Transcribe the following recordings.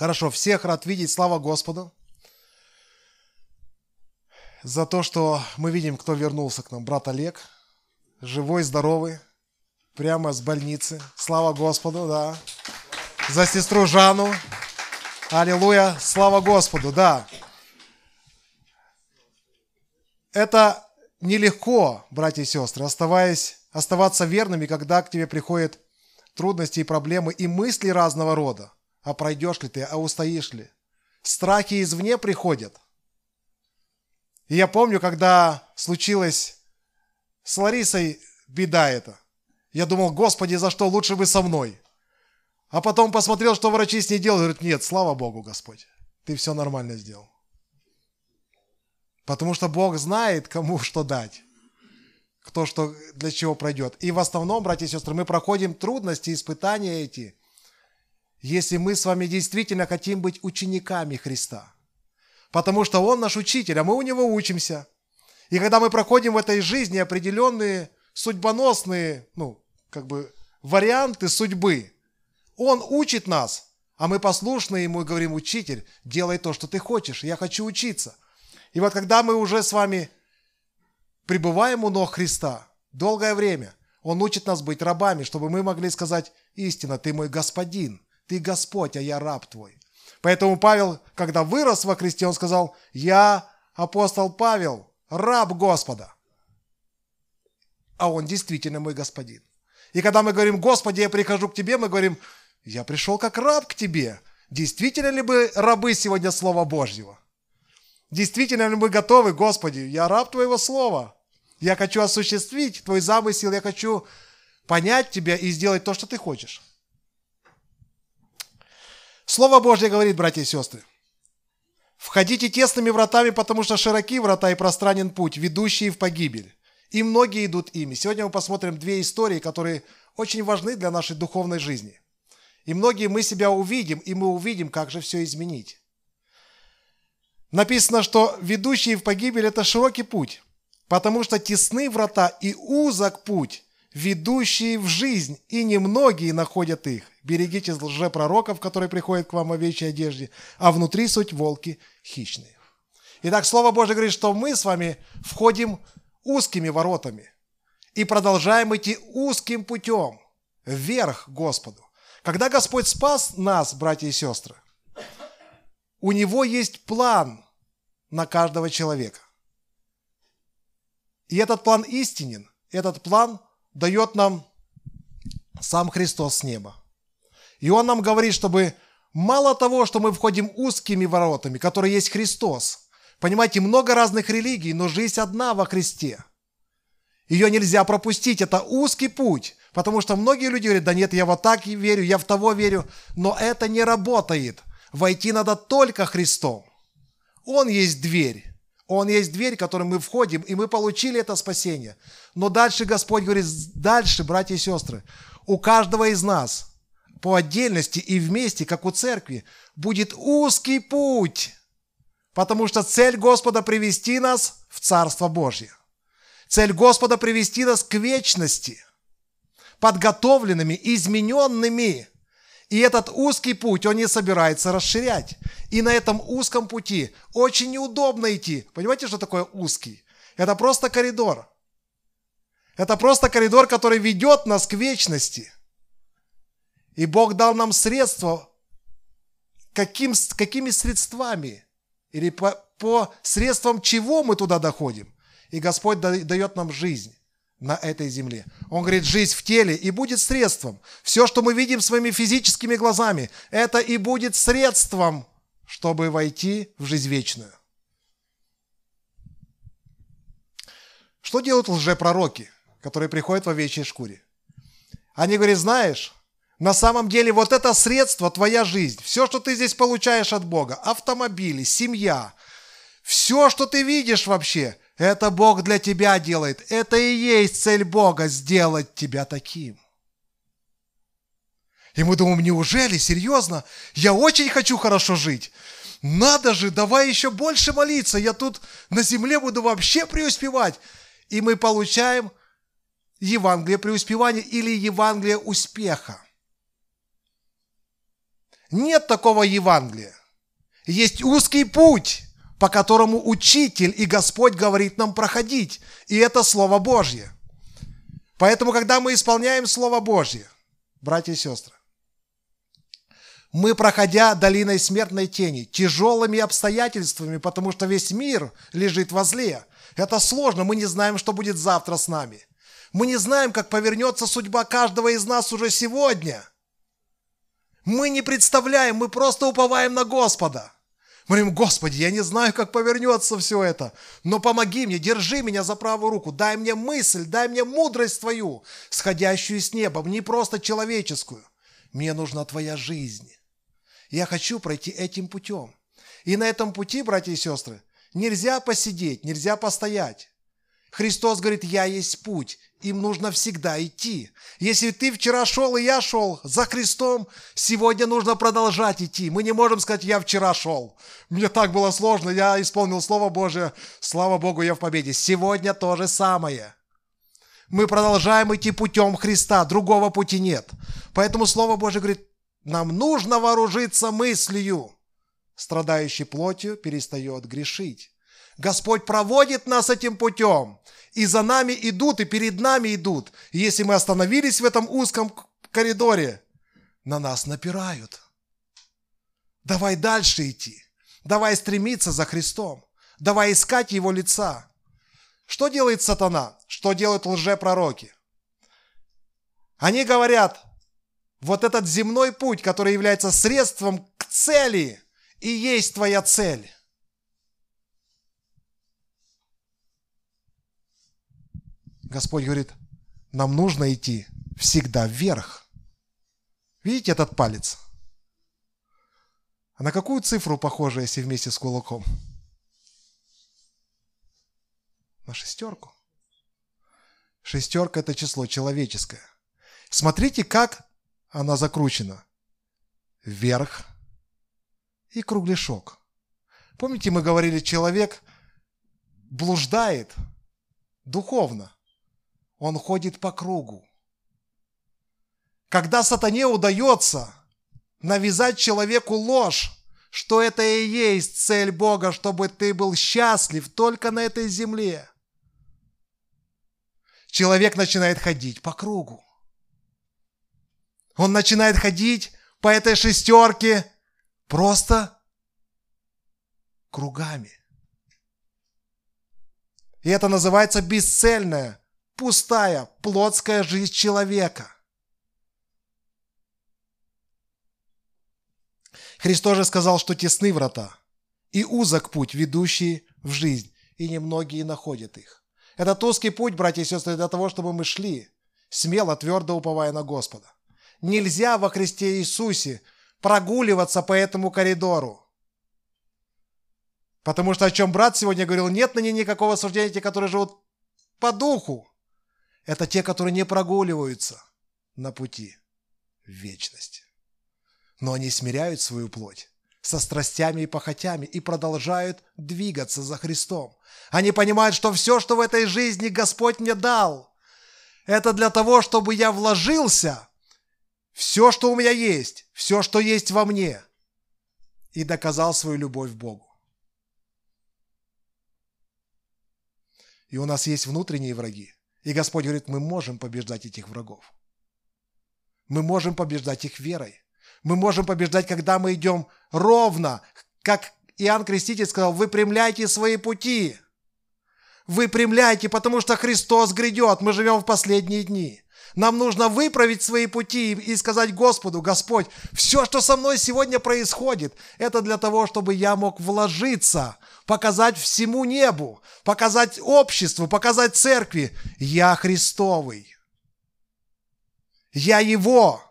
Хорошо, всех рад видеть, слава Господу, за то, что мы видим, кто вернулся к нам. Брат Олег, живой, здоровый, прямо с больницы. Слава Господу, да. За сестру Жанну. Аллилуйя, слава Господу, да. Это нелегко, братья и сестры, оставаться верными, когда к тебе приходят трудности и проблемы, и мысли разного рода. А пройдешь ли ты, а устоишь ли? Страхи извне приходят. И я помню, когда случилась с Ларисой беда эта, я думал, Господи, за что лучше бы со мной? А потом посмотрел, что врачи с ней делают, говорит, нет, слава Богу, Господь, ты все нормально сделал. Потому что Бог знает, кому что дать, кто что для чего пройдет. И в основном, братья и сестры, мы проходим трудности, испытания эти, если мы с вами действительно хотим быть учениками Христа. Потому что Он наш учитель, а мы у Него учимся. И когда мы проходим в этой жизни определенные судьбоносные, варианты судьбы, Он учит нас, а мы послушны Ему и говорим, учитель, делай то, что ты хочешь, я хочу учиться. И вот когда мы уже с вами пребываем у ног Христа долгое время, Он учит нас быть рабами, чтобы мы могли сказать, истинно, ты мой господин, ты Господь, а я раб твой. Поэтому Павел, когда вырос во Христе, он сказал, я, апостол Павел, раб Господа. А он действительно мой господин. И когда мы говорим, Господи, я прихожу к Тебе, мы говорим, я пришел как раб к Тебе. Действительно ли мы рабы сегодня Слова Божьего? Действительно ли мы готовы, Господи, я раб Твоего Слова. Я хочу осуществить Твой замысел, я хочу понять Тебя и сделать то, что Ты хочешь. Слово Божье говорит, братья и сестры, «Входите тесными вратами, потому что широки врата и пространен путь, ведущий в погибель, и многие идут ими». Сегодня мы посмотрим две истории, которые очень важны для нашей духовной жизни. И многие мы себя увидим, и мы увидим, как же все изменить. Написано, что ведущий в погибель – это широкий путь, потому что тесны врата и узок путь, ведущие в жизнь, и немногие находят их. Берегитесь лжепророков, которые приходят к вам в овечьей одежде, а внутри суть волки хищные. Итак, Слово Божье говорит, что мы с вами входим узкими воротами и продолжаем идти узким путем вверх к Господу. Когда Господь спас нас, братья и сестры, у Него есть план на каждого человека. И этот план истинен, этот план дает нам сам Христос с неба. И Он нам говорит, чтобы мало того, что мы входим узкими воротами, которые есть Христос. Понимаете, много разных религий, но жизнь одна во Христе. Ее нельзя пропустить, это узкий путь. Потому что многие люди говорят, да нет, я вот так верю, я в того верю. Но это не работает. Войти надо только Христом. Он есть дверь. Он есть дверь, в которую мы входим, и мы получили это спасение. Но дальше Господь говорит, дальше, братья и сестры, у каждого из нас по отдельности и вместе, как у церкви, будет узкий путь. Потому что цель Господа привести нас в Царство Божье. Цель Господа привести нас к вечности, подготовленными, измененными. И этот узкий путь Он не собирается расширять. И на этом узком пути очень неудобно идти. Понимаете, что такое узкий? Это просто коридор. Это просто коридор, который ведет нас к вечности. И Бог дал нам средства. Какими средствами? Или по средствам чего мы туда доходим? И Господь дает нам жизнь на этой земле. Он говорит, жизнь в теле и будет средством. Все, что мы видим своими физическими глазами, это и будет средством, чтобы войти в жизнь вечную. Что делают лжепророки, которые приходят в овечьей шкуре? Они говорят, знаешь, на самом деле вот это средство, твоя жизнь, все, что ты здесь получаешь от Бога, автомобили, семья, все, что ты видишь вообще, это Бог для тебя делает. Это и есть цель Бога – сделать тебя таким. И мы думаем, неужели, серьезно? Я очень хочу хорошо жить. Надо же, давай еще больше молиться. Я тут на земле буду вообще преуспевать. И мы получаем Евангелие преуспевания или Евангелие успеха. Нет такого Евангелия. Есть узкий путь, по которому Учитель и Господь говорит нам проходить. И это Слово Божье. Поэтому, когда мы исполняем Слово Божье, братья и сестры, мы, проходя долиной смертной тени, тяжелыми обстоятельствами, потому что весь мир лежит во зле. Это сложно, мы не знаем, что будет завтра с нами. Мы не знаем, как повернется судьба каждого из нас уже сегодня. Мы не представляем, мы просто уповаем на Господа. Мы говорим: Господи, я не знаю, как повернется все это, но помоги мне, держи меня за правую руку, дай мне мысль, дай мне мудрость Твою, сходящую с неба, не просто человеческую. Мне нужна Твоя жизнь. Я хочу пройти этим путем. И на этом пути, братья и сестры, нельзя посидеть, нельзя постоять. Христос говорит: я есть путь, им нужно всегда идти. Если ты вчера шел и я шел за Христом, сегодня нужно продолжать идти. Мы не можем сказать: я вчера шел, мне так было сложно, я исполнил Слово Божие, слава Богу, я в победе. Сегодня то же самое. Мы продолжаем идти путем Христа, другого пути нет. Поэтому Слово Божие говорит: нам нужно вооружиться мыслью. Страдающий плотью перестает грешить. Господь проводит нас этим путем. И за нами идут, и перед нами идут. И если мы остановились в этом узком коридоре, на нас напирают. Давай дальше идти. Давай стремиться за Христом. Давай искать Его лица. Что делает сатана? Что делают лжепророки? Они говорят: вот этот земной путь, который является средством к цели, и есть твоя цель. Господь говорит: нам нужно идти всегда вверх. Видите этот палец? А на какую цифру похоже, если вместе с кулаком? На шестерку. Шестерка – это число человеческое. Смотрите, как она закручена. Вверх и кругляшок. Помните, мы говорили, человек блуждает духовно. Он ходит по кругу. Когда сатане удается навязать человеку ложь, что это и есть цель Бога, чтобы ты был счастлив только на этой земле, человек начинает ходить по кругу. Он начинает ходить по этой шестерке просто кругами. И это называется бесцельная, пустая, плотская жизнь человека. Христос же сказал, что тесны врата и узок путь, ведущий в жизнь, и немногие находят их. Этот узкий путь, братья и сестры, для того, чтобы мы шли, смело, твердо уповая на Господа. Нельзя во Христе Иисусе прогуливаться по этому коридору. Потому что, о чем брат сегодня говорил, нет на ней никакого суждения, те, которые живут по духу. Это те, которые не прогуливаются на пути в вечность. Но они смиряют свою плоть со страстями и похотями и продолжают двигаться за Христом. Они понимают, что все, что в этой жизни Господь мне дал, это для того, чтобы я вложился все, что у меня есть, все, что есть во мне, и доказал свою любовь к Богу. И у нас есть внутренние враги. И Господь говорит, мы можем побеждать этих врагов. Мы можем побеждать их верой. Мы можем побеждать, когда мы идем ровно, как Иоанн Креститель сказал, выпрямляйте свои пути. Выпрямляйте, потому что Христос грядет. Мы живем в последние дни. Нам нужно выправить свои пути и сказать Господу, Господь, все, что со мной сегодня происходит, это для того, чтобы я мог вложиться, показать всему небу, показать обществу, показать церкви, я Христовый. Я Его.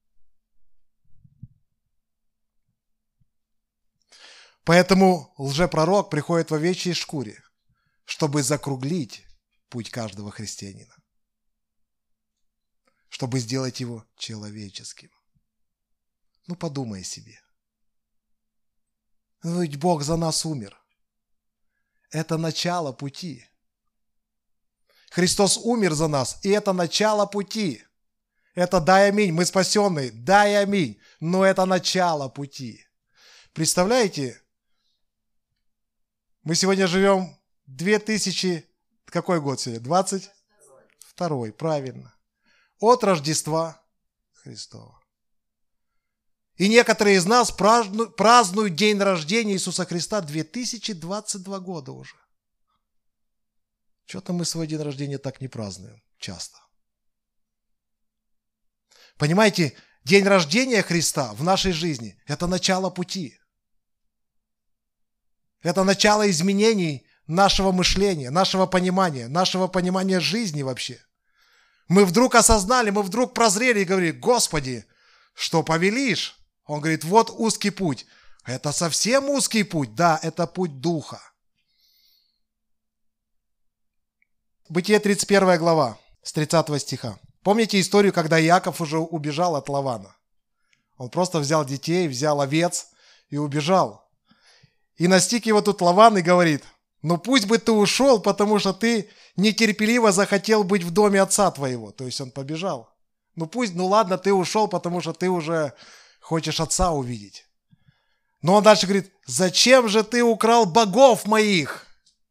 Поэтому лжепророк приходит в овечьей шкуре, чтобы закруглить путь каждого христианина, чтобы сделать его человеческим. Ну, подумай о себе. Ну, ведь Бог за нас умер. Это начало пути. Христос умер за нас, и это начало пути. Это дай аминь, мы спасенные, дай аминь. Но это начало пути. Представляете, мы сегодня живем 2000, какой год сегодня? 22-й, правильно. От Рождества Христова. И некоторые из нас празднуют день рождения Иисуса Христа 2022 года уже. Что-то мы свой день рождения так не празднуем часто. Понимаете, день рождения Христа в нашей жизни – это начало пути. Это начало изменений нашего мышления, нашего понимания жизни вообще. Мы вдруг осознали, мы вдруг прозрели и говорили: Господи, что повелишь? Он говорит: вот узкий путь. Это совсем узкий путь? Да, это путь Духа. Бытие 31 глава, с 30 стиха. Помните историю, когда Иаков уже убежал от Лавана? Он просто взял детей, взял овец и убежал. И настиг его тут Лаван и говорит: ну пусть бы ты ушел, потому что ты нетерпеливо захотел быть в доме отца твоего. То есть он побежал. Ну ладно, ты ушел, потому что ты уже хочешь отца увидеть. Но он дальше говорит: зачем же ты украл богов моих?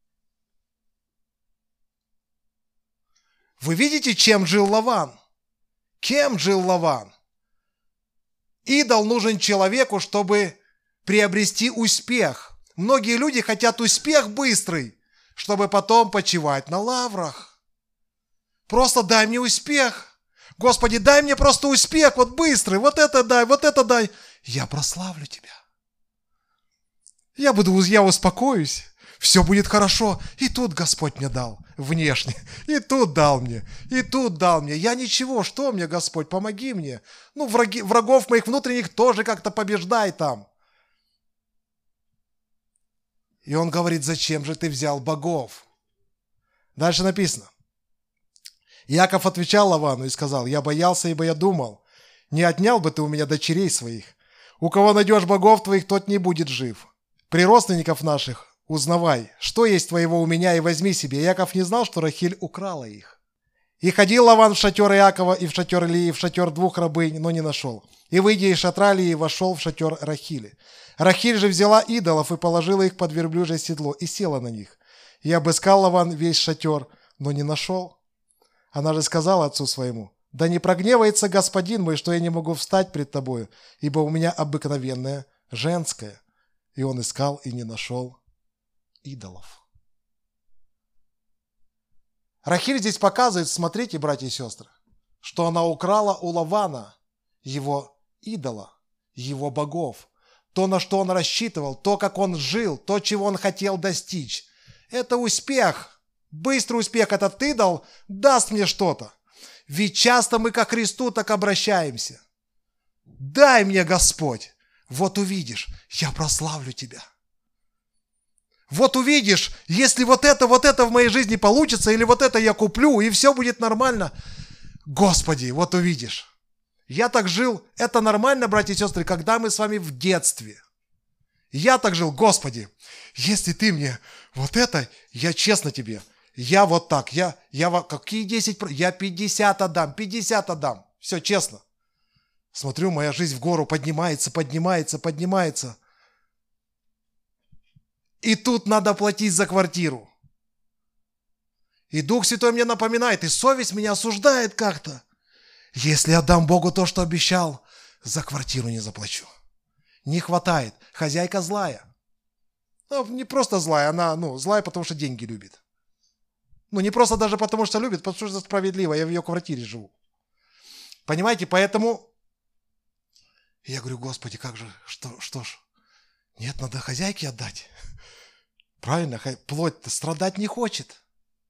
Вы видите, чем жил Лаван? Кем жил Лаван? Идол нужен человеку, чтобы приобрести успех. Многие люди хотят успех быстрый, чтобы потом почивать на лаврах. Просто дай мне успех. Господи, дай мне просто успех, вот быстрый, вот это дай. Я прославлю Тебя. Я успокоюсь, все будет хорошо. И тут Господь мне дал внешне, и тут дал мне, и тут дал мне. Я ничего, что мне, Господь, помоги мне. Ну, врагов моих внутренних тоже как-то побеждай там. И он говорит: зачем же ты взял богов? Дальше написано. Иаков отвечал Лавану и сказал: я боялся, ибо я думал, не отнял бы ты у меня дочерей своих. У кого найдешь богов твоих, тот не будет жив. При родственников наших узнавай, что есть твоего у меня, и возьми себе. Иаков не знал, что Рахиль украла их. И ходил Лаван в шатер Иакова, и в шатер Лии, и в шатер двух рабынь, но не нашел. И, выйдя из шатра Лии, вошел в шатер Рахили. Рахиль же взяла идолов и положила их под верблюжье седло, и села на них. И обыскал Лаван весь шатер, но не нашел. Она же сказала отцу своему: да не прогневается господин мой, что я не могу встать пред тобою, ибо у меня обыкновенное женское. И он искал и не нашел идолов. Рахиль здесь показывает, смотрите, братья и сестры, что она украла у Лавана его идола, его богов. То, на что он рассчитывал, то, как он жил, то, чего он хотел достичь. Это успех. Быстрый успех. Этот идол даст мне что-то. Ведь часто мы ко Христу так обращаемся. Дай мне, Господь. Вот увидишь, я прославлю Тебя. Вот увидишь, если вот это в моей жизни получится, или вот это я куплю, и все будет нормально. Господи, вот увидишь. Я так жил, это нормально, братья и сестры, когда мы с вами в детстве. Я так жил: Господи, если Ты мне вот это, я честно Тебе, я вот так, какие 10%? Я 50 отдам, 50 отдам. Все, честно. Смотрю, моя жизнь в гору поднимается. И тут надо платить за квартиру. И Дух Святой мне напоминает, и совесть меня осуждает как-то. Если отдам Богу то, что обещал, за квартиру не заплачу. Не хватает. Хозяйка злая. Ну, не просто злая, она, злая, потому что деньги любит. Не просто даже потому, что любит, потому что справедливо, я в ее квартире живу. Понимаете, поэтому я говорю: Господи, как же, что ж, нет, надо хозяйке отдать. Правильно, плоть-то страдать не хочет.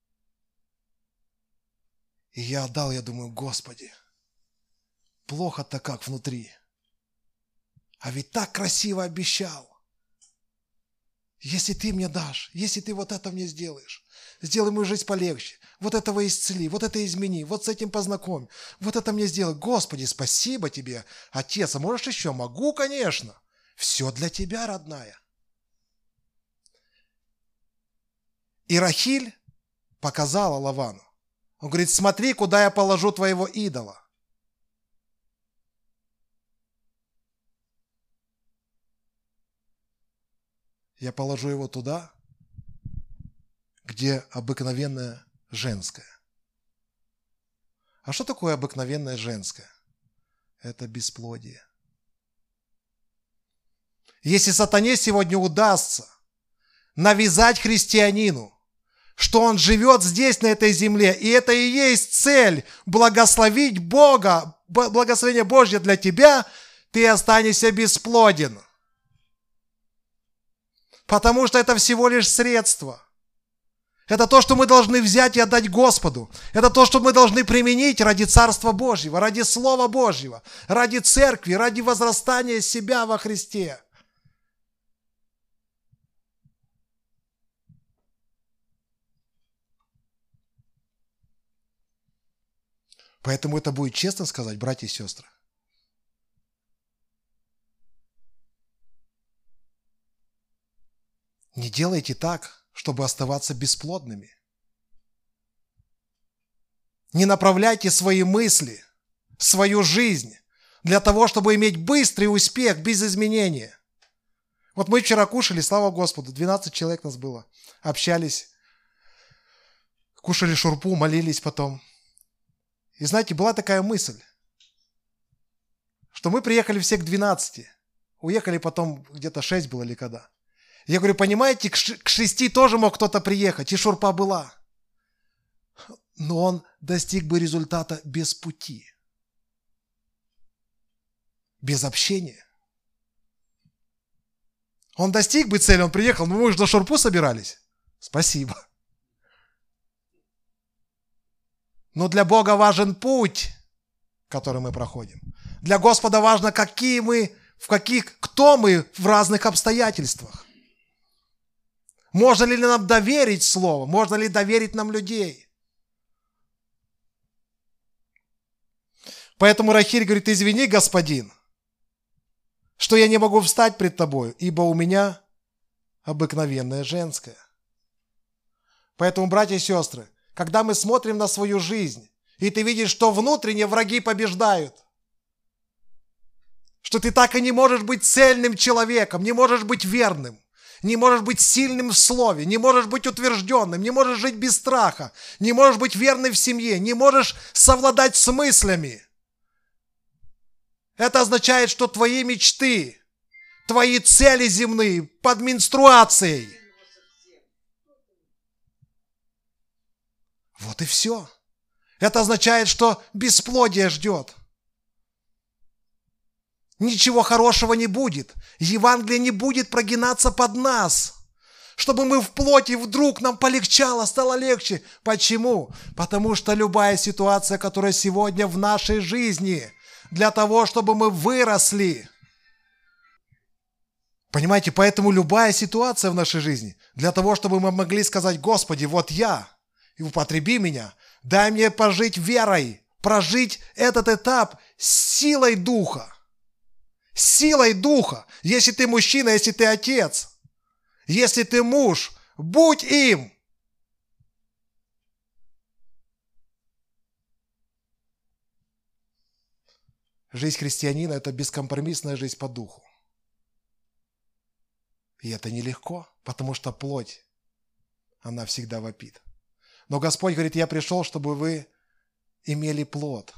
И я отдал, я думаю: Господи, плохо-то как внутри. А ведь так красиво обещал. Если Ты мне дашь, если Ты вот это мне сделаешь, сделай мою жизнь полегче, вот этого исцели, вот это измени, вот с этим познакомь, вот это мне сделай. Господи, спасибо Тебе, Отец, а можешь еще? Могу, конечно. Все для Тебя, родная. И Рахиль показала Лавану. Он говорит: смотри, куда я положу твоего идола. я положу его туда, где обыкновенное женское. А что такое обыкновенное женское? Это бесплодие. Если сатане сегодня удастся навязать христианину, что он живет здесь, на этой земле, и это и есть цель благословить Бога, благословение Божье для тебя, ты останешься бесплоден. Потому что это всего лишь средство. Это то, что мы должны взять и отдать Господу. Это то, что мы должны применить ради Царства Божьего, ради Слова Божьего, ради Церкви, ради возрастания себя во Христе. Поэтому это будет честно сказать, братья и сестры. Не делайте так, чтобы оставаться бесплодными. Не направляйте свои мысли, свою жизнь для того, чтобы иметь быстрый успех без изменения. Вот мы вчера кушали, слава Господу, 12 человек нас было, общались, кушали шурпу, молились потом. И знаете, была такая мысль, что мы приехали все к 12, уехали потом где-то 6 было или когда. Я говорю, понимаете, к 6 тоже мог кто-то приехать, и шурпа была. Но он достиг бы результата без пути, без общения. Он достиг бы цели, он приехал, но мы же на шурпу собирались. Спасибо. Но для Бога важен путь, который мы проходим. Для Господа важно, кто мы в разных обстоятельствах. Можно ли нам доверить Слово? Можно ли доверить нам людей? Поэтому Рахиль говорит, извини, господин, что я не могу встать пред тобою, ибо у меня обыкновенное женское. Поэтому, братья и сестры, когда мы смотрим на свою жизнь, и ты видишь, что внутренне враги побеждают, что ты так и не можешь быть цельным человеком, не можешь быть верным, не можешь быть сильным в слове, не можешь быть утвержденным, не можешь жить без страха, не можешь быть верным в семье, не можешь совладать с мыслями. Это означает, что твои мечты, твои цели земные под менструацией. Вот и все. Это означает, что бесплодие ждет. Ничего хорошего не будет. Евангелие не будет прогинаться под нас, чтобы мы в плоти вдруг нам полегчало, стало легче. Почему? Потому что любая ситуация, которая сегодня в нашей жизни, для того, чтобы мы выросли. Понимаете, поэтому любая ситуация в нашей жизни, для того, чтобы мы могли сказать, Господи, вот я, и употреби меня, дай мне пожить верой, прожить этот этап с силой Духа. С силой Духа. Если ты мужчина, если ты отец, если ты муж, будь им. Жизнь христианина – это бескомпромиссная жизнь по духу. И это нелегко, потому что плоть, она всегда вопит. Но Господь говорит, я пришел, чтобы вы имели плод,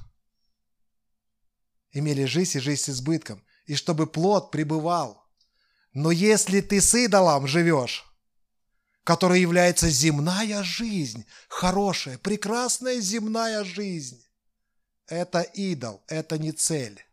имели жизнь и жизнь с избытком, и чтобы плод пребывал. Но если ты с идолом живешь, который является земная жизнь, хорошая, прекрасная земная жизнь, это идол, это не цель.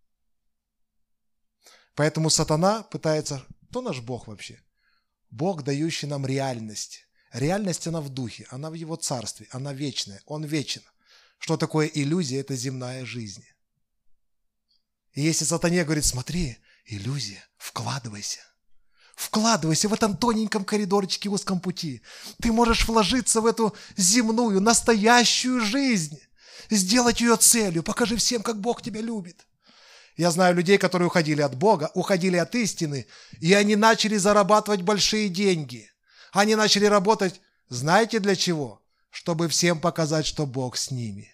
Поэтому сатана пытается... Кто наш Бог вообще? Бог, дающий нам реальность. Реальность, она в духе, она в его царстве, она вечная, он вечен. Что такое иллюзия? Это земная жизнь. И если сатане говорит, смотри, иллюзия, вкладывайся. Вкладывайся в этом тоненьком коридорчике, узком пути. Ты можешь вложиться в эту земную, настоящую жизнь. Сделать ее целью. Покажи всем, как Бог тебя любит. Я знаю людей, которые уходили от Бога, уходили от истины, и они начали зарабатывать большие деньги. Они начали работать, знаете для чего? Чтобы всем показать, что Бог с ними.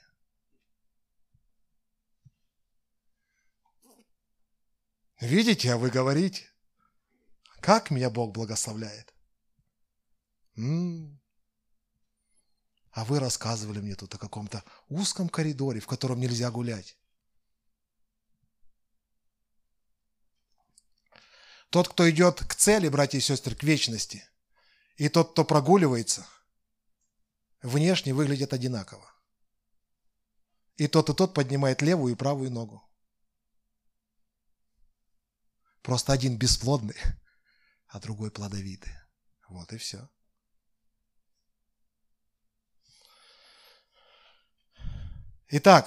Видите, а вы говорите. Как меня Бог благословляет. А вы рассказывали мне тут о каком-то узком коридоре, в котором нельзя гулять. Тот, кто идет к цели, братья и сестры, к вечности, и тот, кто прогуливается, внешне выглядят одинаково. И тот поднимает левую и правую ногу. Просто один бесплодный, а другой плодовитый. Вот и все. Итак,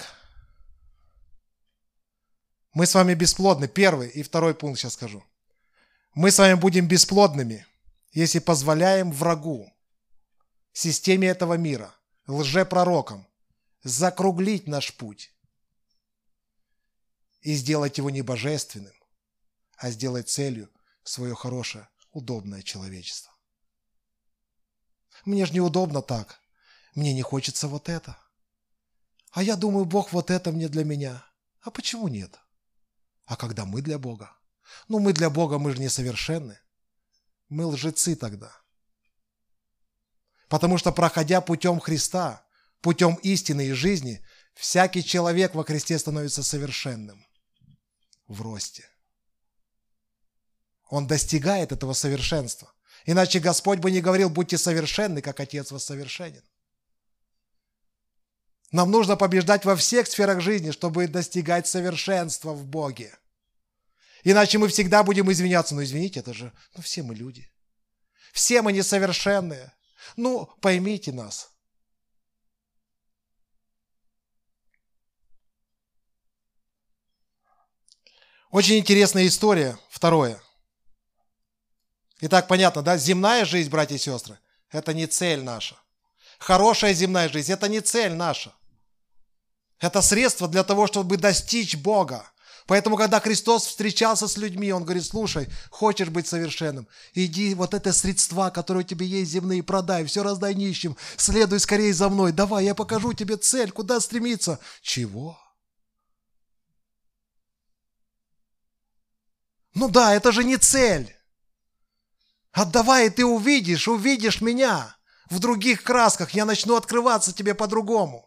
мы с вами бесплодны. Первый и второй пункт сейчас скажу. Мы с вами будем бесплодными, если позволяем врагу, системе этого мира, лжепророкам, закруглить наш путь и сделать его не божественным, а сделать целью свое хорошее, удобное человечество. Мне же неудобно так. Мне не хочется вот это. А я думаю, Бог вот это мне для меня. А почему нет? А когда мы для Бога? Ну, мы для Бога, мы же несовершенны. Мы лжецы тогда. Потому что, проходя путем Христа, путем истины и жизни, всякий человек во Христе становится совершенным в росте. Он достигает этого совершенства. Иначе Господь бы не говорил: будьте совершенны, как Отец ваш совершенен. Нам нужно побеждать во всех сферах жизни, чтобы достигать совершенства в Боге. Иначе мы всегда будем извиняться. Ну, извините, это же, все мы люди. Все мы несовершенные. Ну, поймите нас. Очень интересная история. Второе. Итак, понятно, да? Земная жизнь, братья и сестры, это не цель наша. Хорошая земная жизнь – это не цель наша. Это средство для того, чтобы достичь Бога. Поэтому, когда Христос встречался с людьми, Он говорит: слушай, хочешь быть совершенным, иди вот это средства, которые у тебя есть земные, продай, все раздай нищим, следуй скорее за мной, давай, я покажу тебе цель, куда стремиться. Чего? Ну да, это же не цель. Отдавай, и ты увидишь меня в других красках, я начну открываться тебе по-другому.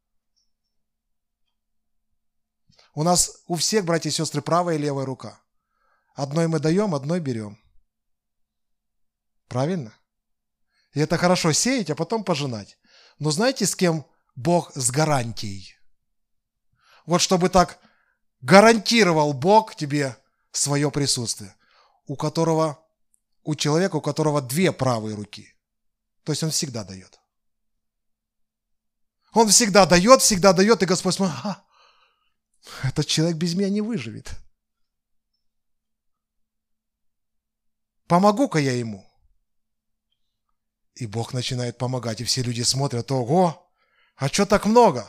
У нас у всех, братья и сестры, правая и левая рука. Одной мы даем, одной берем. Правильно? И это хорошо сеять, а потом пожинать. Но знаете, с кем Бог с гарантией? Вот чтобы так гарантировал Бог тебе свое присутствие. У человека, у которого две правые руки. То есть он всегда дает. Он всегда дает, и Господь смотрит: этот человек без меня не выживет. Помогу-ка я ему. И Бог начинает помогать, и все люди смотрят: ого, а что так много?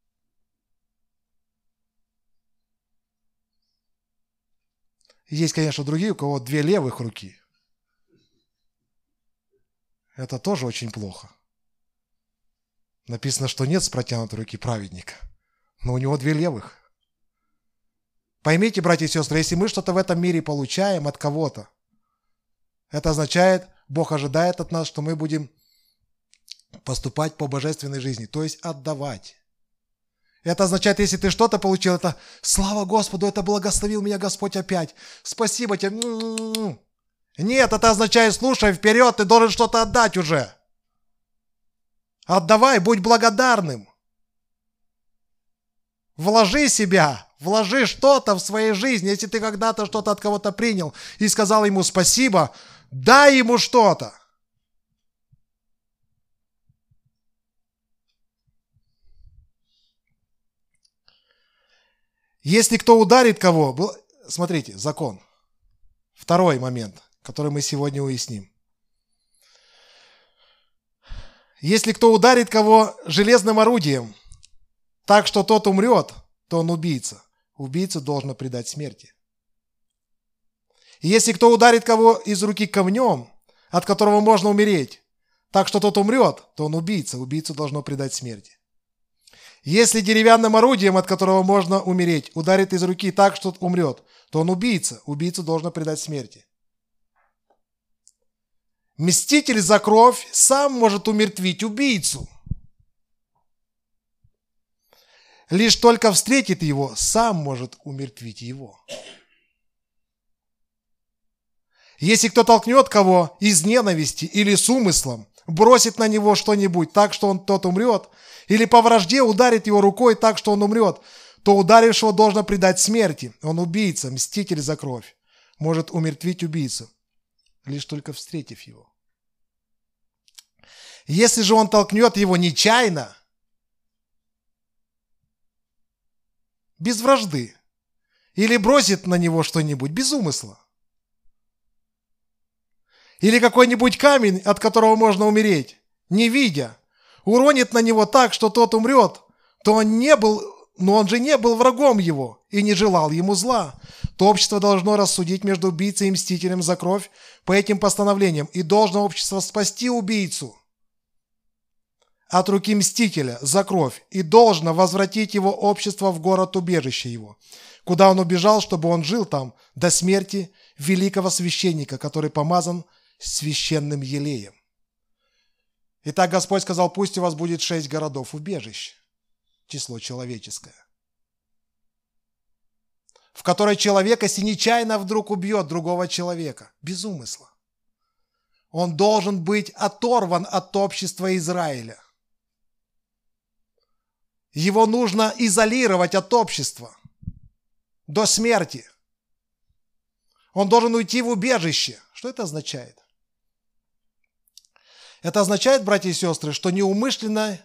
Есть, конечно, другие, у кого две левых руки. Это тоже очень плохо. Написано, что нет с протянутой руки праведника, но у него две левых. Поймите, братья и сестры, если мы что-то в этом мире получаем от кого-то, это означает, Бог ожидает от нас, что мы будем поступать по божественной жизни, то есть отдавать. Это означает, если ты что-то получил, это слава Господу, это благословил меня Господь опять. Спасибо тебе. Нет, это означает: слушай, вперед, ты должен что-то отдать уже. Отдавай, будь благодарным. Вложи себя, вложи что-то в своей жизни. Если ты когда-то что-то от кого-то принял и сказал ему спасибо, дай ему что-то. Если кто ударит кого, смотрите, закон. Второй момент, который мы сегодня уясним. Если кто ударит кого железным орудием, так что тот умрет, то он убийца. Убийцу должно предать смерти. И если кто ударит кого из руки камнем, от которого можно умереть, так что тот умрет, то он убийца. Убийцу должно предать смерти. Если деревянным орудием, от которого можно умереть, ударит из руки так, что умрет, то он убийца. Убийцу должно предать смерти. Мститель за кровь сам может умертвить убийцу. Лишь только встретит его, сам может умертвить его. Если кто толкнет кого из ненависти или с умыслом, бросит на него что-нибудь так, что тот умрет, или по вражде ударит его рукой так, что он умрет, то ударившего должно предать смерти. Он убийца, мститель за кровь, может умертвить убийцу, лишь только встретив его. Если же он толкнет его нечаянно, без вражды, или бросит на него что-нибудь без умысла, или какой-нибудь камень, от которого можно умереть, не видя, уронит на него так, что тот умрет, но он же не был врагом его и не желал ему зла, то общество должно рассудить между убийцей и мстителем за кровь по этим постановлениям, и должно общество спасти убийцу от руки мстителя за кровь, и должно возвратить его общество в город убежище его, куда он убежал, чтобы он жил там до смерти великого священника, который помазан священным елеем. Итак, Господь сказал: пусть у вас будет 6 городов убежищ, число человеческое, в которой человек, если нечаянно вдруг убьет другого человека, без умысла, он должен быть оторван от общества Израиля. Его нужно изолировать от общества до смерти. Он должен уйти в убежище. Что это означает? Это означает, братья и сестры, что неумышленно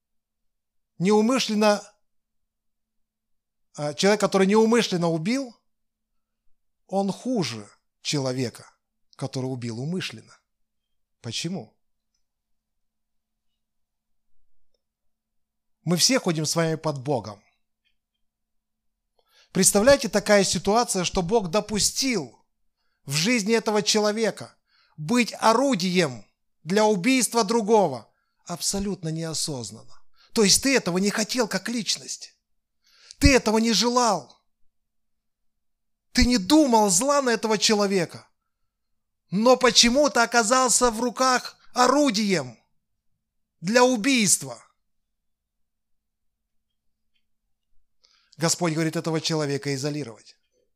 человек, который неумышленно убил, он хуже человека, который убил умышленно. Почему? Мы все ходим с вами под Богом. Представляете, такая ситуация, что Бог допустил в жизни этого человека быть орудием для убийства другого абсолютно неосознанно. То есть ты этого не хотел как личность. Ты этого не желал. Ты не думал зла на этого человека. Но почему-то оказался в руках орудием для убийства. Господь говорит этого человека изолировать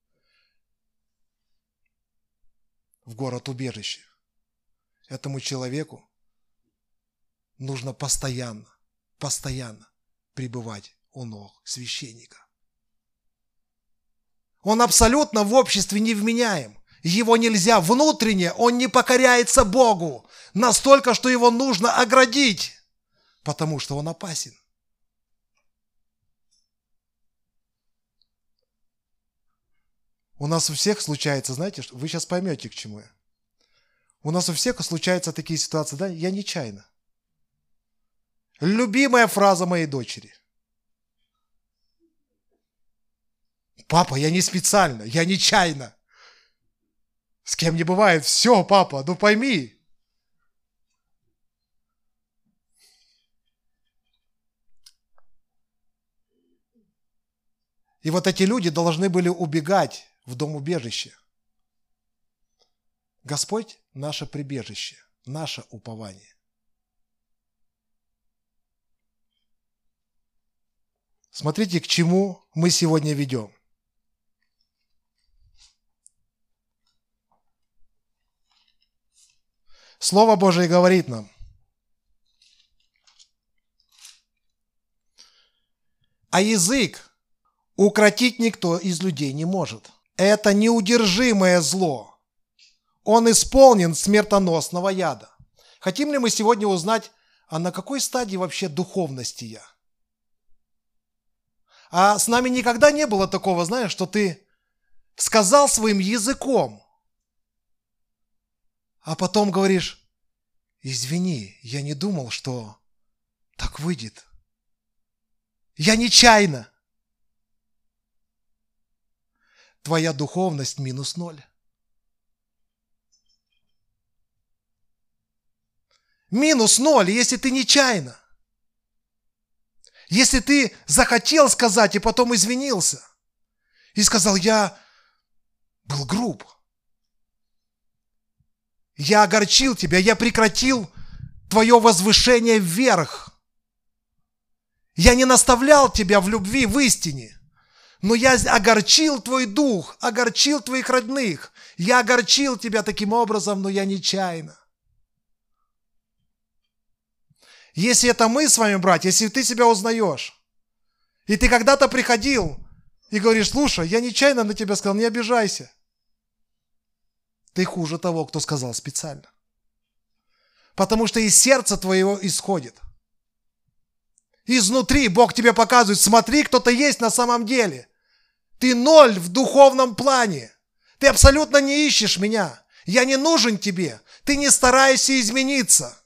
в город-убежище. Этому человеку нужно постоянно пребывать у ног священника. Он абсолютно в обществе невменяем. Его нельзя внутренне, он не покоряется Богу настолько, что его нужно оградить, потому что он опасен. У нас у всех случается, знаете, вы сейчас поймете, к чему я. У нас у всех случаются такие ситуации, да, я нечаянно. Любимая фраза моей дочери. Папа, я не специально, я нечаянно. С кем не бывает. Все, папа, ну пойми. И вот эти люди должны были убегать в дом убежища. Господь – наше прибежище, наше упование. Смотрите, к чему мы сегодня ведем. Слово Божие говорит нам: а язык укротить никто из людей не может. Это неудержимое зло. Он исполнен смертоносного яда. Хотим ли мы сегодня узнать, а на какой стадии вообще духовности я? А с нами никогда не было такого, знаешь, что ты сказал своим языком, а потом говоришь: извини, я не думал, что так выйдет. Я нечаянно. Твоя духовность -0. -0, если ты нечаянно. Если ты захотел сказать и потом извинился. И сказал: я был груб. Я огорчил тебя, я прекратил твое возвышение вверх. Я не наставлял тебя в любви, в истине, но я огорчил твой дух, огорчил твоих родных. Я огорчил тебя таким образом, но я нечаянно. Если это мы с вами, братья, если ты себя узнаешь, и ты когда-то приходил и говоришь: слушай, я нечаянно на тебя сказал, не обижайся. Ты хуже того, кто сказал специально. Потому что из сердца твоего исходит. Изнутри Бог тебе показывает: смотри, кто-то есть на самом деле. Ты ноль в духовном плане. Ты абсолютно не ищешь меня. Я не нужен тебе. Ты не стараешься измениться.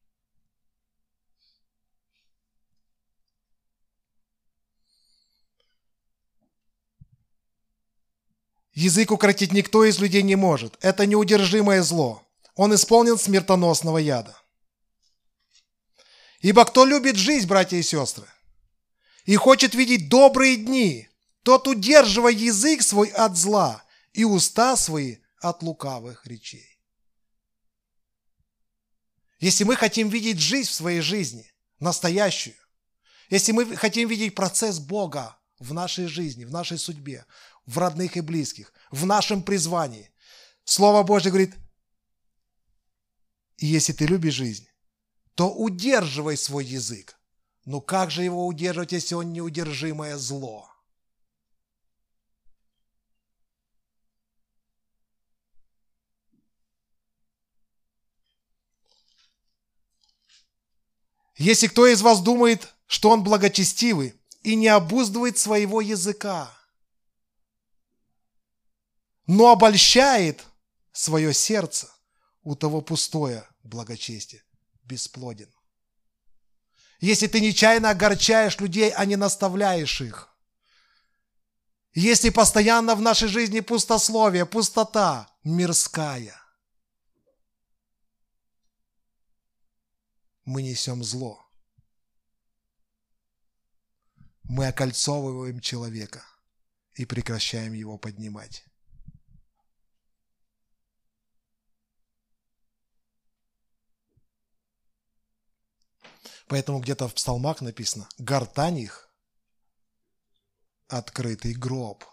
Язык укротить никто из людей не может. Это неудержимое зло. Он исполнен смертоносного яда. Ибо кто любит жизнь, братья и сестры, и хочет видеть добрые дни, тот удерживает язык свой от зла и уста свои от лукавых речей. Если мы хотим видеть жизнь в своей жизни, настоящую, если мы хотим видеть процесс Бога в нашей жизни, в нашей судьбе, в родных и близких, в нашем призвании, Слово Божье говорит: если ты любишь жизнь, то удерживай свой язык. Но как же его удерживать, если он неудержимое зло? Если кто из вас думает, что он благочестивый и не обуздывает своего языка, но обольщает свое сердце, у того пустое благочестие, бесплоден. Если ты нечаянно огорчаешь людей, а не наставляешь их, если постоянно в нашей жизни пустословие, пустота мирская, мы несем зло. Мы окольцовываем человека и прекращаем его поднимать. Поэтому где-то в псалмах написано: гортань их – открытый гроб.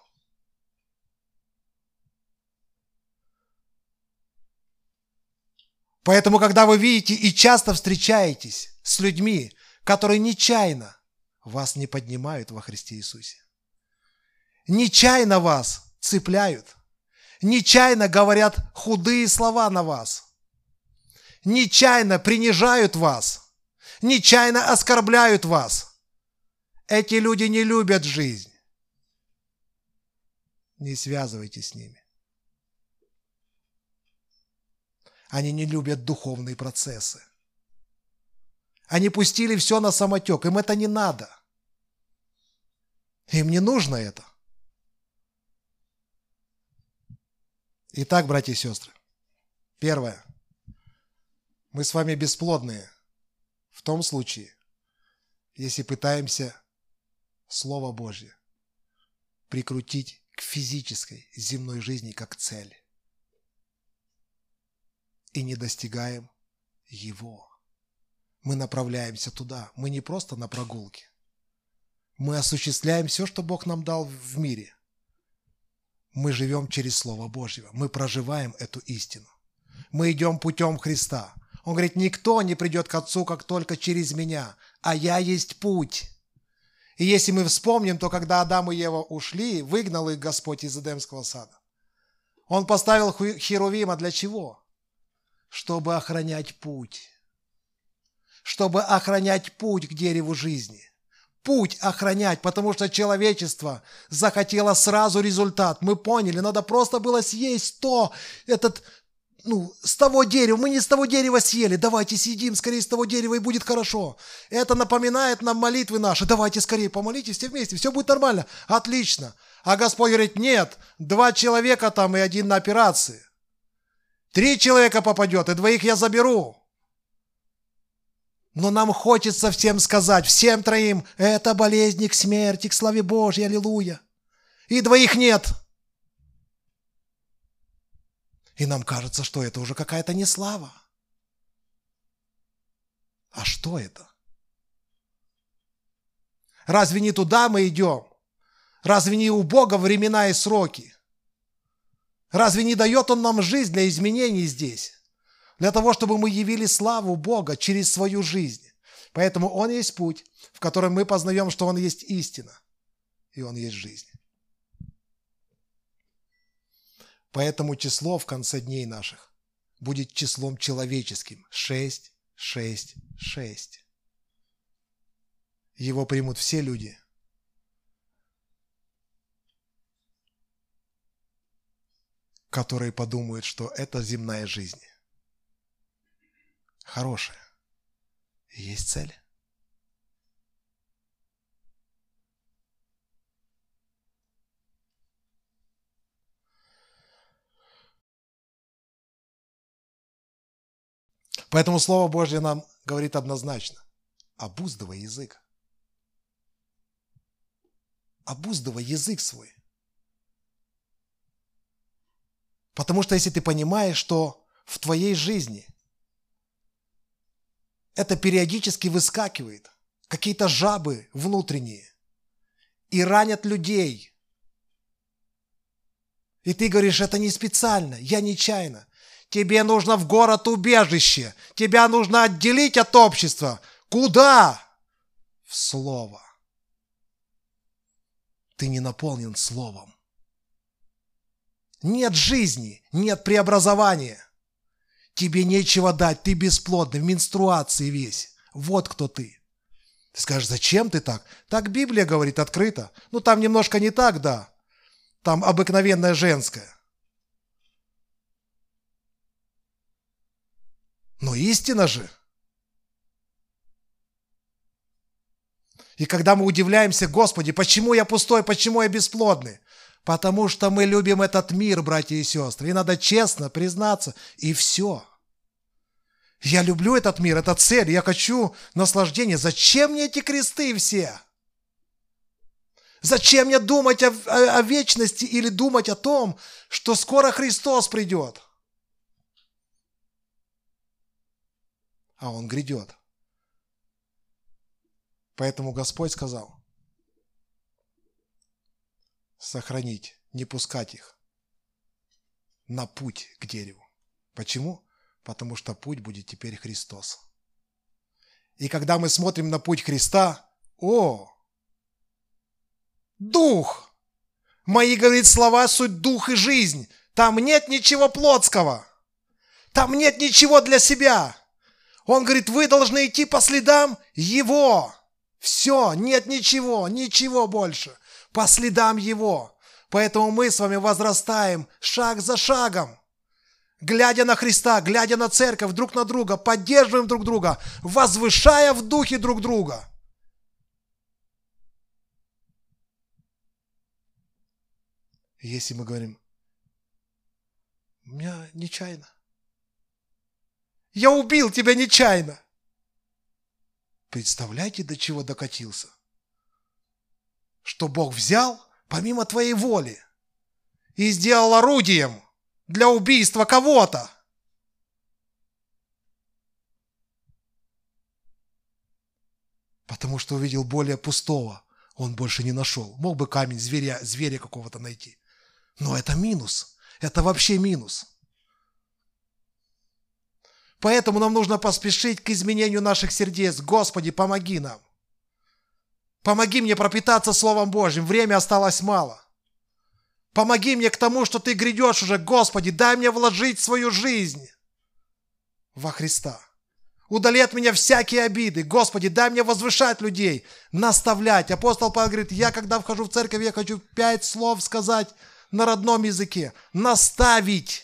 Поэтому, когда вы видите и часто встречаетесь с людьми, которые нечаянно вас не поднимают во Христе Иисусе, нечаянно вас цепляют, нечаянно говорят худые слова на вас, нечаянно принижают вас, нечаянно оскорбляют вас, эти люди не любят жизнь. Не связывайтесь с ними. Они не любят духовные процессы. Они пустили все на самотек. Им это не надо. Им не нужно это. Итак, братья и сестры, первое. Мы с вами бесплодные в том случае, если пытаемся Слово Божье прикрутить к физической земной жизни как цель и не достигаем его. Мы направляемся туда. Мы не просто на прогулке. Мы осуществляем все, что Бог нам дал в мире. Мы живем через Слово Божье. Мы проживаем эту истину. Мы идем путем Христа. Он говорит: никто не придет к Отцу, как только через меня, а я есть путь. И если мы вспомним, то когда Адам и Ева ушли, выгнал их Господь из Эдемского сада, Он поставил херувима для чего? Чтобы охранять путь. Чтобы охранять путь к дереву жизни. Путь охранять, потому что человечество захотело сразу результат. Мы поняли, надо просто было съесть с того дерева. Мы не с того дерева съели. Давайте съедим скорее с того дерева, и будет хорошо. Это напоминает нам молитвы наши. Давайте скорее помолитесь все вместе, все будет нормально. Отлично. А Господь говорит: нет, 2 человека там и 1 на операции. 3 человека попадет, и 2 я заберу. Но нам хочется всем сказать, всем 3, это болезнь к смерти, к славе Божьей, аллилуйя. И 2 нет. И нам кажется, что это уже какая-то не слава. А что это? Разве не туда мы идем? Разве не у Бога времена и сроки? Разве не дает Он нам жизнь для изменений здесь? Для того, чтобы мы явили славу Бога через свою жизнь. Поэтому Он есть путь, в котором мы познаем, что Он есть истина. И Он есть жизнь. Поэтому число в конце дней наших будет числом человеческим. 6, 6, 6. Его примут все люди. Которые подумают, что это земная жизнь. Хорошая. Есть цель. Поэтому Слово Божье нам говорит однозначно. Обуздывай язык. Обуздывай язык свой. Потому что если ты понимаешь, что в твоей жизни это периодически выскакивает, какие-то жабы внутренние, и ранят людей, и ты говоришь, это не специально, я нечаянно. Тебе нужно в город-убежище, тебя нужно отделить от общества. Куда? В Слово. Ты не наполнен Словом. Нет жизни, нет преобразования. Тебе нечего дать, ты бесплодный, в менструации весь. Вот кто ты. Ты скажешь, зачем ты так? Так Библия говорит открыто. Ну там немножко не так, да. Там обыкновенное женское. Но истина же. И когда мы удивляемся, Господи, почему я пустой, почему я бесплодный? Потому что мы любим этот мир, братья и сестры. И надо честно признаться, и все. Я люблю этот мир, это цель, я хочу наслаждения. Зачем мне эти кресты все? Зачем мне думать о вечности или думать о том, что скоро Христос придет? А Он грядет. Поэтому Господь сказал, сохранить, не пускать их на путь к дереву. Почему? Потому что путь будет теперь Христос. И когда мы смотрим на путь Христа, дух! Мои, говорит, слова суть дух и жизнь. Там нет ничего плотского. Там нет ничего для себя. Он говорит, вы должны идти по следам Его. Все, нет ничего, ничего больше. По следам Его. Поэтому мы с вами возрастаем шаг за шагом. Глядя на Христа, глядя на церковь, друг на друга, поддерживаем друг друга, возвышая в духе друг друга. Если мы говорим, у меня нечаянно. Я убил тебя нечаянно. Представляете, до чего докатился? Что Бог взял помимо твоей воли и сделал орудием для убийства кого-то. Потому что увидел более пустого, он больше не нашел. Мог бы камень зверя какого-то найти. Но это минус. Это вообще минус. Поэтому нам нужно поспешить к изменению наших сердец. Господи, помоги нам. Помоги мне пропитаться Словом Божьим. Время осталось мало. Помоги мне к тому, что Ты грядешь уже. Господи, дай мне вложить свою жизнь во Христа. Удали от меня всякие обиды. Господи, дай мне возвышать людей, наставлять. Апостол Павел говорит, я когда вхожу в церковь, я хочу 5 слов сказать на родном языке. Наставить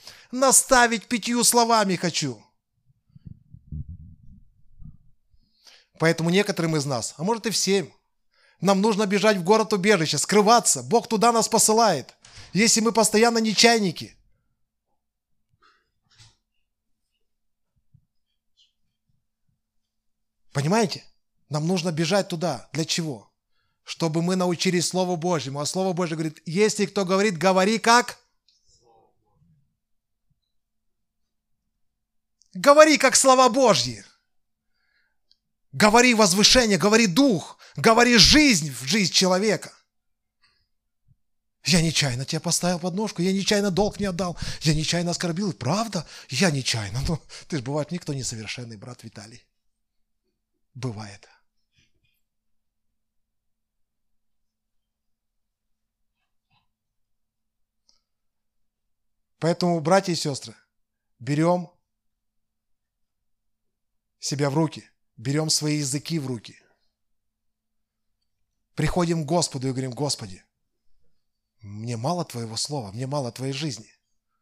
5 словами хочу. Поэтому некоторым из нас, а может и всем, нам нужно бежать в город-убежище, скрываться. Бог туда нас посылает, если мы постоянно не чайники. Понимаете? Нам нужно бежать туда. Для чего? Чтобы мы научились Слову Божьему. А Слово Божье говорит, если кто говорит, говори как? Говори, как слова Божьи. Говори возвышение, говори дух, говори жизнь в жизнь человека. Я нечаянно тебя поставил под ножку, я нечаянно долг не отдал, я нечаянно оскорбил. Правда? Я нечаянно. Ну, ты же бывает, никто не совершенный, брат Виталий. Бывает. Поэтому, братья и сестры, берем себя в руки, берем свои языки в руки. Приходим к Господу и говорим: Господи, мне мало Твоего слова, мне мало Твоей жизни.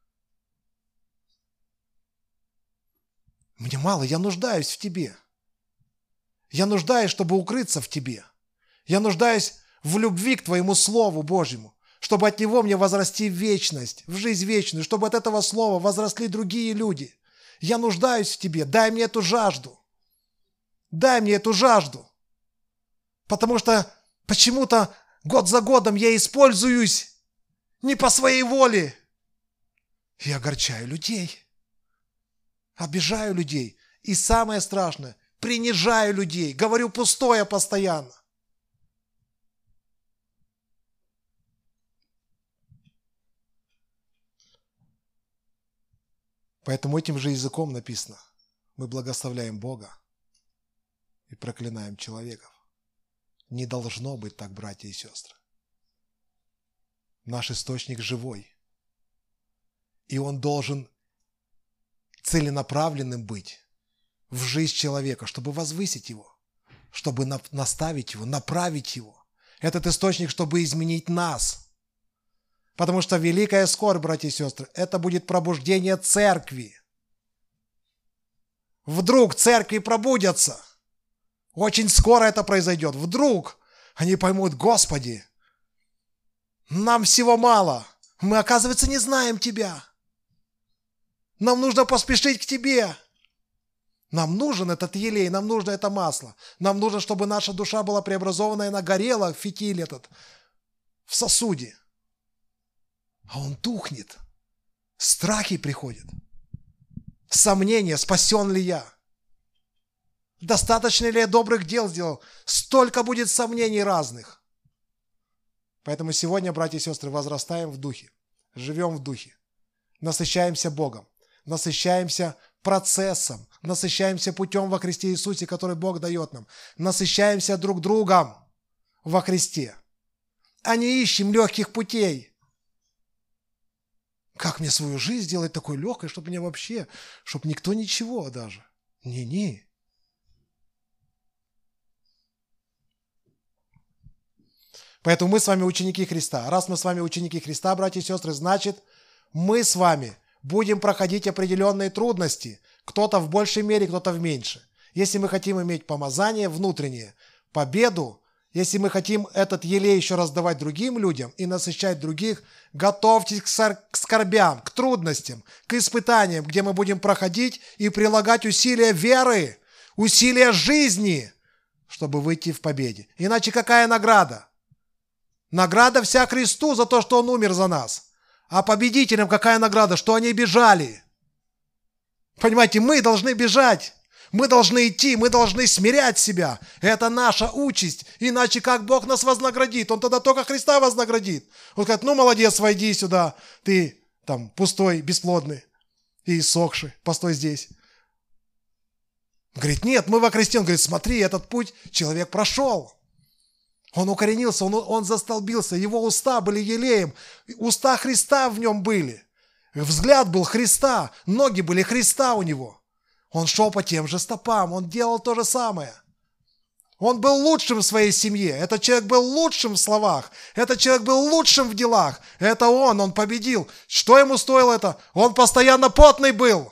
Мне мало, я нуждаюсь в Тебе. Я нуждаюсь, чтобы укрыться в Тебе. Я нуждаюсь в любви к Твоему Слову Божьему, чтобы от него мне возрасти в вечность, в жизнь вечную, чтобы от этого слова возросли другие люди. Я нуждаюсь в Тебе, дай мне эту жажду. Дай мне эту жажду. Потому что почему-то год за годом я используюсь не по своей воле. Я огорчаю людей, обижаю людей. И самое страшное, принижаю людей, говорю пустое постоянно. Поэтому этим же языком написано: мы благословляем Бога и проклинаем человеков. Не должно быть так, братья и сестры. Наш источник живой. И он должен целенаправленным быть в жизнь человека, чтобы возвысить его, чтобы наставить его, направить его. Этот источник, чтобы изменить нас. Потому что великая скорбь, братья и сестры, это будет пробуждение церкви. Вдруг церкви пробудятся. Очень скоро это произойдет. Вдруг они поймут: Господи, нам всего мало. Мы, оказывается, не знаем Тебя. Нам нужно поспешить к Тебе. Нам нужен этот елей, нам нужно это масло. Нам нужно, чтобы наша душа была преобразована, и она горела, фитиль этот, в сосуде. А он тухнет. Страхи приходят. Сомнения, спасен ли я? Достаточно ли я добрых дел сделал? Столько будет сомнений разных. Поэтому сегодня, братья и сестры, возрастаем в духе, живем в духе, насыщаемся Богом, насыщаемся процессом, насыщаемся путем во Христе Иисусе, который Бог дает нам, насыщаемся друг другом во Христе, а не ищем легких путей. Как мне свою жизнь сделать такой легкой, чтобы мне вообще, чтобы никто ничего даже. Не-не. Поэтому мы с вами ученики Христа. Раз мы с вами ученики Христа, братья и сестры, значит, мы с вами будем проходить определенные трудности. Кто-то в большей мере, кто-то в меньшей. Если мы хотим иметь помазание внутреннее, победу, если мы хотим этот елей еще раздавать другим людям и насыщать других, готовьтесь к скорбям, к трудностям, к испытаниям, где мы будем проходить и прилагать усилия веры, усилия жизни, чтобы выйти в победе. Иначе какая награда? Награда вся Христу за то, что Он умер за нас. А победителям какая награда? Что они бежали. Понимаете, мы должны бежать. Мы должны идти, мы должны смирять себя. Это наша участь. Иначе как Бог нас вознаградит? Он тогда только Христа вознаградит. Он говорит: ну, молодец, войди сюда. Ты там пустой, бесплодный и иссохший. Постой здесь. Он говорит: нет, мы во Христе. Он говорит: смотри, этот путь человек прошел. Он укоренился, он застолбился. Его уста были елеем. Уста Христа в нем были. Взгляд был Христа. Ноги были Христа у него. Он шел по тем же стопам, он делал то же самое. Он был лучшим в своей семье, этот человек был лучшим в словах, этот человек был лучшим в делах. Это он победил. Что ему стоило это? Он постоянно потный был.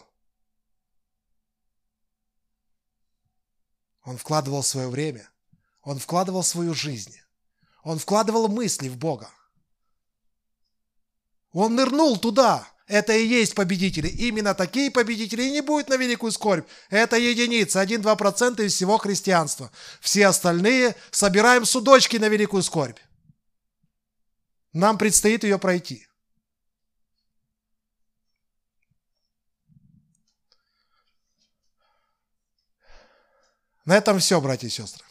Он вкладывал свое время, он вкладывал свою жизнь, он вкладывал мысли в Бога. Он нырнул туда. Это и есть победители. Именно такие победители и не будет на великую скорбь. Это единицы, 1-2% из всего христианства. Все остальные собираем судочки на великую скорбь. Нам предстоит ее пройти. На этом все, братья и сестры.